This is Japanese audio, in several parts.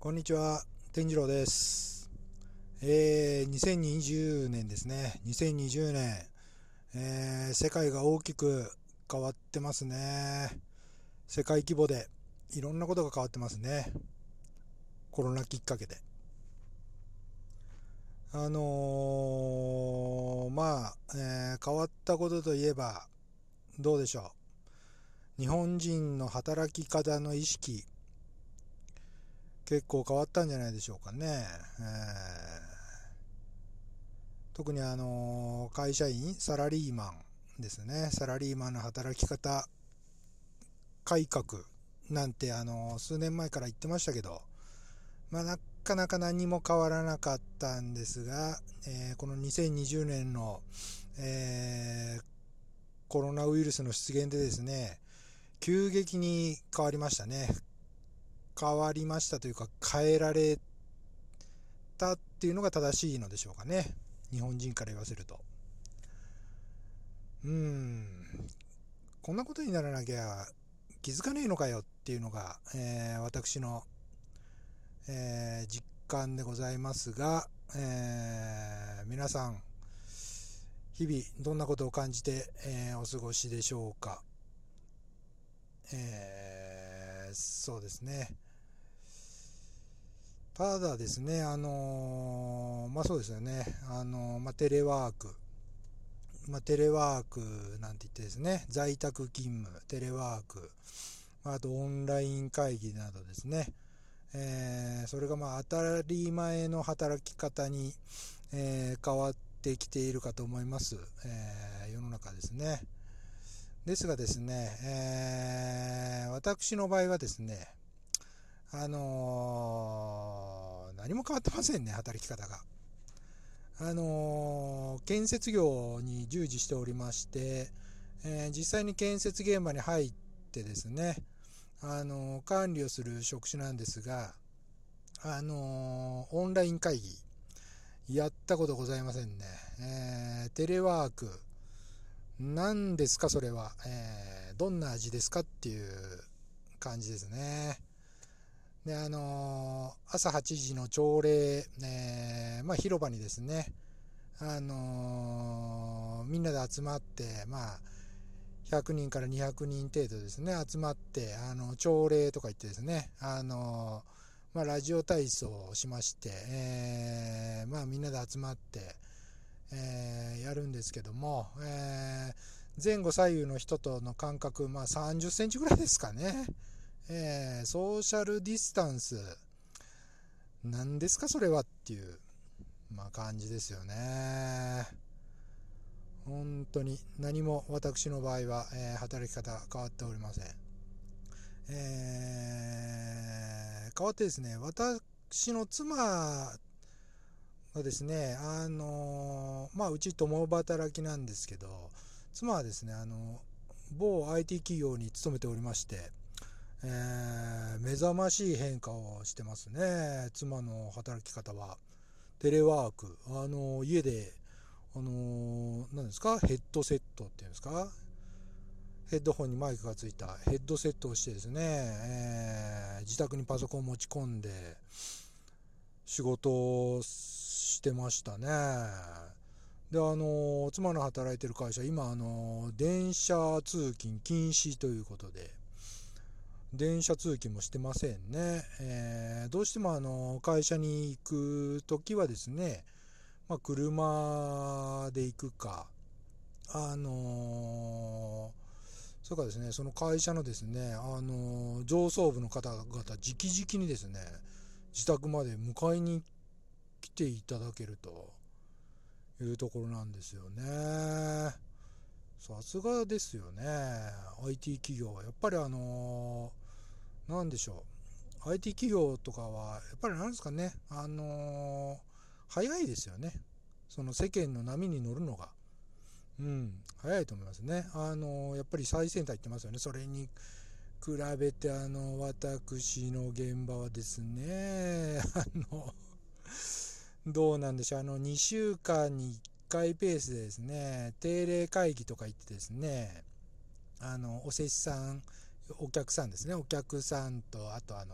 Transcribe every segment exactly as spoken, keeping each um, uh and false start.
こんにちは、天次郎です。えー、にせんにじゅうねんですね。にせんにじゅうねん、えー、世界が大きく変わってますね。世界規模でいろんなことが変わってますね。コロナきっかけで。あのー、まあ、えー変わったことといえば、どうでしょう。日本人の働き方の意識、結構変わったんじゃないでしょうかね。えー特にあの会社員、サラリーマンですね。サラリーマンの働き方改革なんてあの数年前から言ってましたけど、まあ、なかなか何も変わらなかったんですが、えーこのにせんにじゅうねんの、えーコロナウイルスの出現でですね、急激に変わりましたね。変わりましたというか、変えられたっていうのが正しいのでしょうかね。日本人から言わせると。うーん、こんなことにならなきゃ気づかねえのかよっていうのが、えー私の、えー実感でございますが、えー皆さん日々どんなことを感じて、えーお過ごしでしょうか。えーそうですね。ただですね、あのーまあそうですよね、あのーまあ、テレワーク、まあ、テレワークなんて言ってですね、在宅勤務、テレワーク、あとオンライン会議などですね、えーそれがまあ当たり前の働き方に、えー変わってきているかと思います、えー世の中ですね。ですがですね、えー私の場合はですね、あのー何も変わってませんね、働き方が。あのー建設業に従事しておりまして、えー実際に建設現場に入ってですね、あのー管理をする職種なんですが、あのーオンライン会議やったことございませんね。えーテレワーク何ですかそれは、えーどんな味ですかっていう感じですね。で、あのー朝はちじの朝礼、えーまあ、広場にですね、あのーみんなで集まって、まあ、ひゃくにんからにひゃくにん程度ですね、集まって、あの朝礼とか言ってですね、あのーまあ、ラジオ体操をしまして、えーまあ、みんなで集まって、えーやるんですけども、えー前後左右の人との間隔、まあ、さんじゅっセンチぐらいですかね。えーソーシャルディスタンス、何ですかそれはっていう、まあ、感じですよね。本当に何も私の場合は、えー働き方変わっておりません。えー変わってですね、私の妻がですね、あのーまあうち共働きなんですけど、妻はですね、あの某 アイティー 企業に勤めておりまして、えー目覚ましい変化をしてますね。妻の働き方はテレワーク、あの家で、あの何ですか、ヘッドセットっていうんですか、ヘッドホンにマイクがついたヘッドセットをしてですね、えー自宅にパソコンを持ち込んで仕事をしてましたね。で、あの妻の働いてる会社、今、あの電車通勤禁止ということで、電車通勤もしてませんね。えーどうしてもあの会社に行くときはですね、まあ、車で行くか、あのーそれからですね、その会社のですね、あのー上層部の方々、直々にですね、自宅まで迎えに来ていただけるというところなんですよね。さすがですよね。アイティー 企業は。やっぱりあのーなんでしょう。アイティー 企業とかは、やっぱりなんですかね、あのー早いですよね。その世間の波に乗るのが。うん、早いと思いますね。あのやっぱり最先端行ってますよね。それに比べてあの私の現場はですね、あのどうなんでしょう、あのにしゅうかんにいっかいペースでですね、定例会議とか行ってですね、あのお施主さん、お客さんですね、お客さんと、あとあの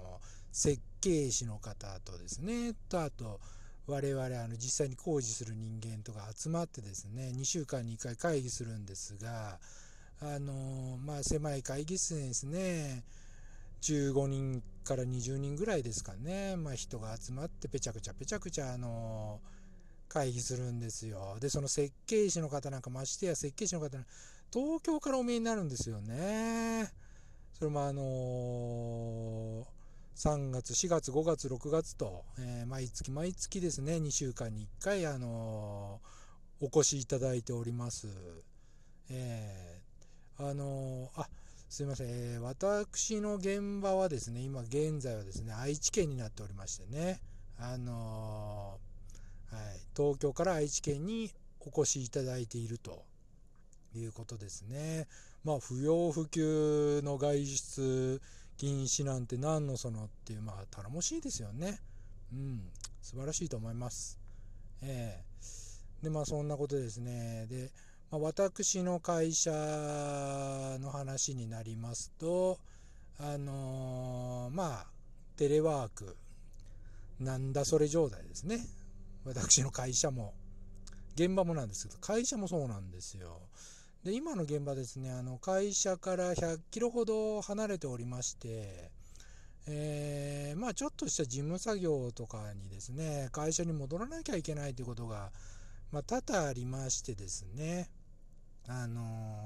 設計士の方とですね、とあと我々あの実際に工事する人間とか集まってですね、にしゅうかんにいっかい会議するんですが、あのまあ狭い会議室にですね、じゅうごにんからにじゅうにんぐらいですかね、まあ、人が集まってぺちゃくちゃぺちゃくちゃあの会議するんですよ。でその設計士の方なんか、ましてや設計士の方東京からお見えになるんですよね。それもあのさんがつしがつごがつろくがつと、えー、毎月毎月ですね、にしゅうかんにいっかいあのお越しいただいております。えー、あのあすいません、えー、私の現場はですね、今現在はですね、愛知県になっておりましてね、あのー、はい、東京から愛知県にお越しいただいているということですね。まあ不要不急の外出禁止なんて何のそのっていう、まあ頼もしいですよね。うん、素晴らしいと思います。えー、でまあそんなことですね。でまあ、私の会社の話になりますと、あのー、まあテレワークなんだそれ状態ですね。私の会社も現場もなんですけど、会社もそうなんですよ。で今の現場ですね、あの会社からひゃっキロほど離れておりまして、えー、まあちょっとした事務作業とかにですね、会社に戻らなきゃいけないということが、まあ、多々ありましてですね、あの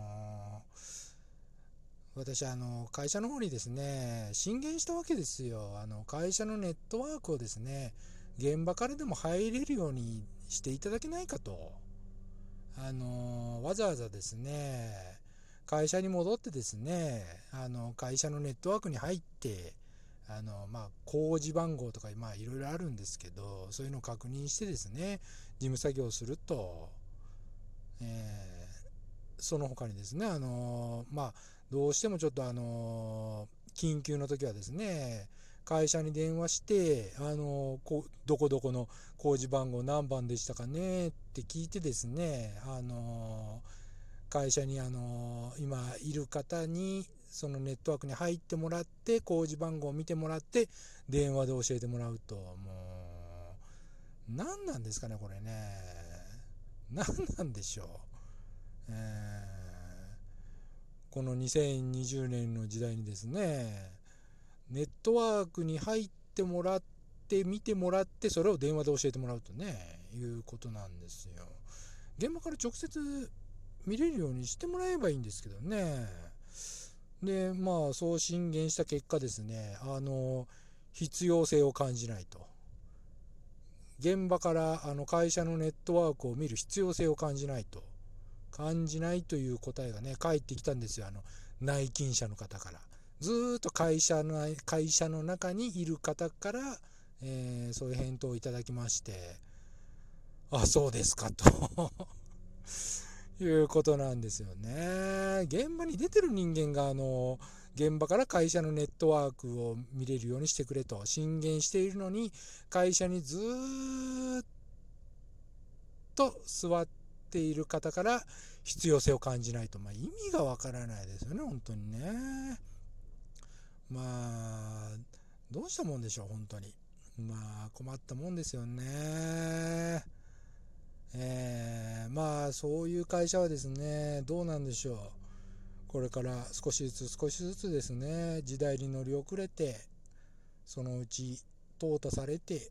ー、私あの会社の方にですね進言したわけですよ。あの会社のネットワークをですね、現場からでも入れるようにしていただけないかと。あのー、わざわざですね会社に戻ってですね、あの会社のネットワークに入ってあのまあ工事番号とかまあいろいろあるんですけど、そういうのを確認してですね事務作業をすると、えー、その他にですね、あのまあどうしてもちょっとあの緊急の時はですね、会社に電話して、あのこどこどこの工事番号何番でしたかねって聞いてですね、あの会社にあの今いる方にそのネットワークに入ってもらって、工事番号を見てもらって電話で教えてもらうと、もう何なんですかねこれね、何なんでしょう。えー、このにせんにじゅうねんの時代にですね、ネットワークに入ってもらって見てもらって、それを電話で教えてもらうとねいうことなんですよ。現場から直接見れるようにしてもらえばいいんですけどね。でまあそう進言した結果ですね、あの必要性を感じないと、現場からあの会社のネットワークを見る必要性を感じないと感じないという答えがね返ってきたんですよ。あの内勤者の方から、ずーっと会社の会社の中にいる方から、えー、そういう返答をいただきまして、あそうですかということなんですよね。現場に出てる人間があの現場から会社のネットワークを見れるようにしてくれと進言しているのに、会社にずーっと座っている方から必要性を感じないと、まあ、意味がわからないですよね本当にね。まあどうしたもんでしょう本当に。まあ困ったもんですよね。えー、まあそういう会社はですね、どうなんでしょう、これから少しずつ少しずつですね時代に乗り遅れて、そのうち淘汰されて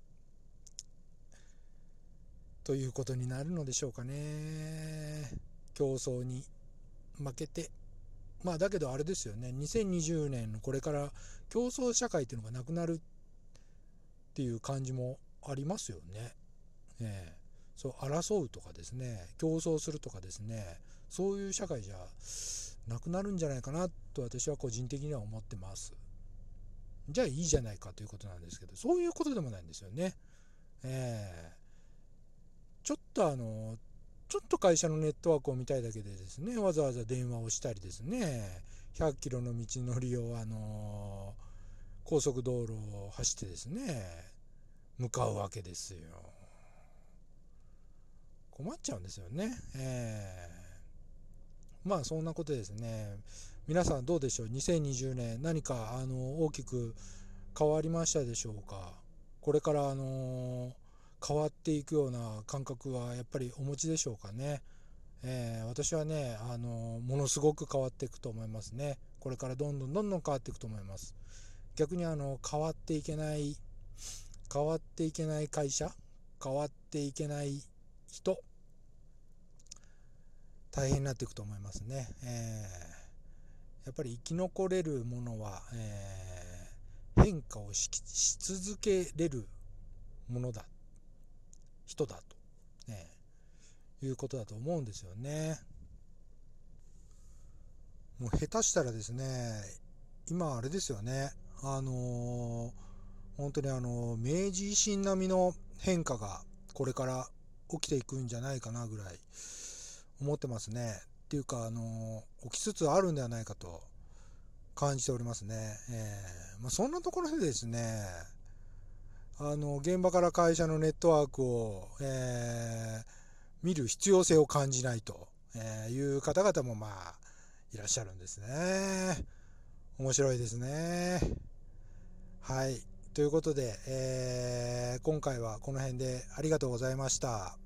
ということになるのでしょうかね。競争に負けて。まあだけどあれですよね、にせんにじゅうねんのこれから競争社会っていうのがなくなるっていう感じもありますよね。ええ、そう争うとかですね、競争するとかですね、そういう社会じゃなくなるんじゃないかなと私は個人的には思ってます。じゃあいいじゃないかということなんですけど、そういうことでもないんですよね。ええ、ちょっとあのちょっと会社のネットワークを見たいだけでですね、わざわざ電話をしたりですね、ひゃっキロの道のりをあの高速道路を走ってですね向かうわけですよ。困っちゃうんですよね。えー、まあそんなことですね。皆さんどうでしょう、にせんにじゅうねん何かあの大きく変わりましたでしょうか。これからあの変わっていくような感覚はやっぱりお持ちでしょうかね。えー、私はね、あのものすごく変わっていくと思いますね。これからどんどんどんどん変わっていくと思います。逆にあの変わっていけない変わっていけない会社、変わっていけない人、大変になっていくと思いますね。えー、やっぱり生き残れるものは、えー、変化を し, し続けれるものだ、人だと、ね、いうことだと思うんですよね。もう下手したらですね、今あれですよね、あのー、本当にあの明治維新並みの変化がこれから起きていくんじゃないかなぐらい思ってますね。っていうか、あの起きつつあるんではないかと感じておりますね。えーまあ、そんなところでですね、あの現場から会社のネットワークを、えー見る必要性を感じないという方々もまあいらっしゃるんですね。面白いですね。はい。ということで、えー今回はこの辺でありがとうございました。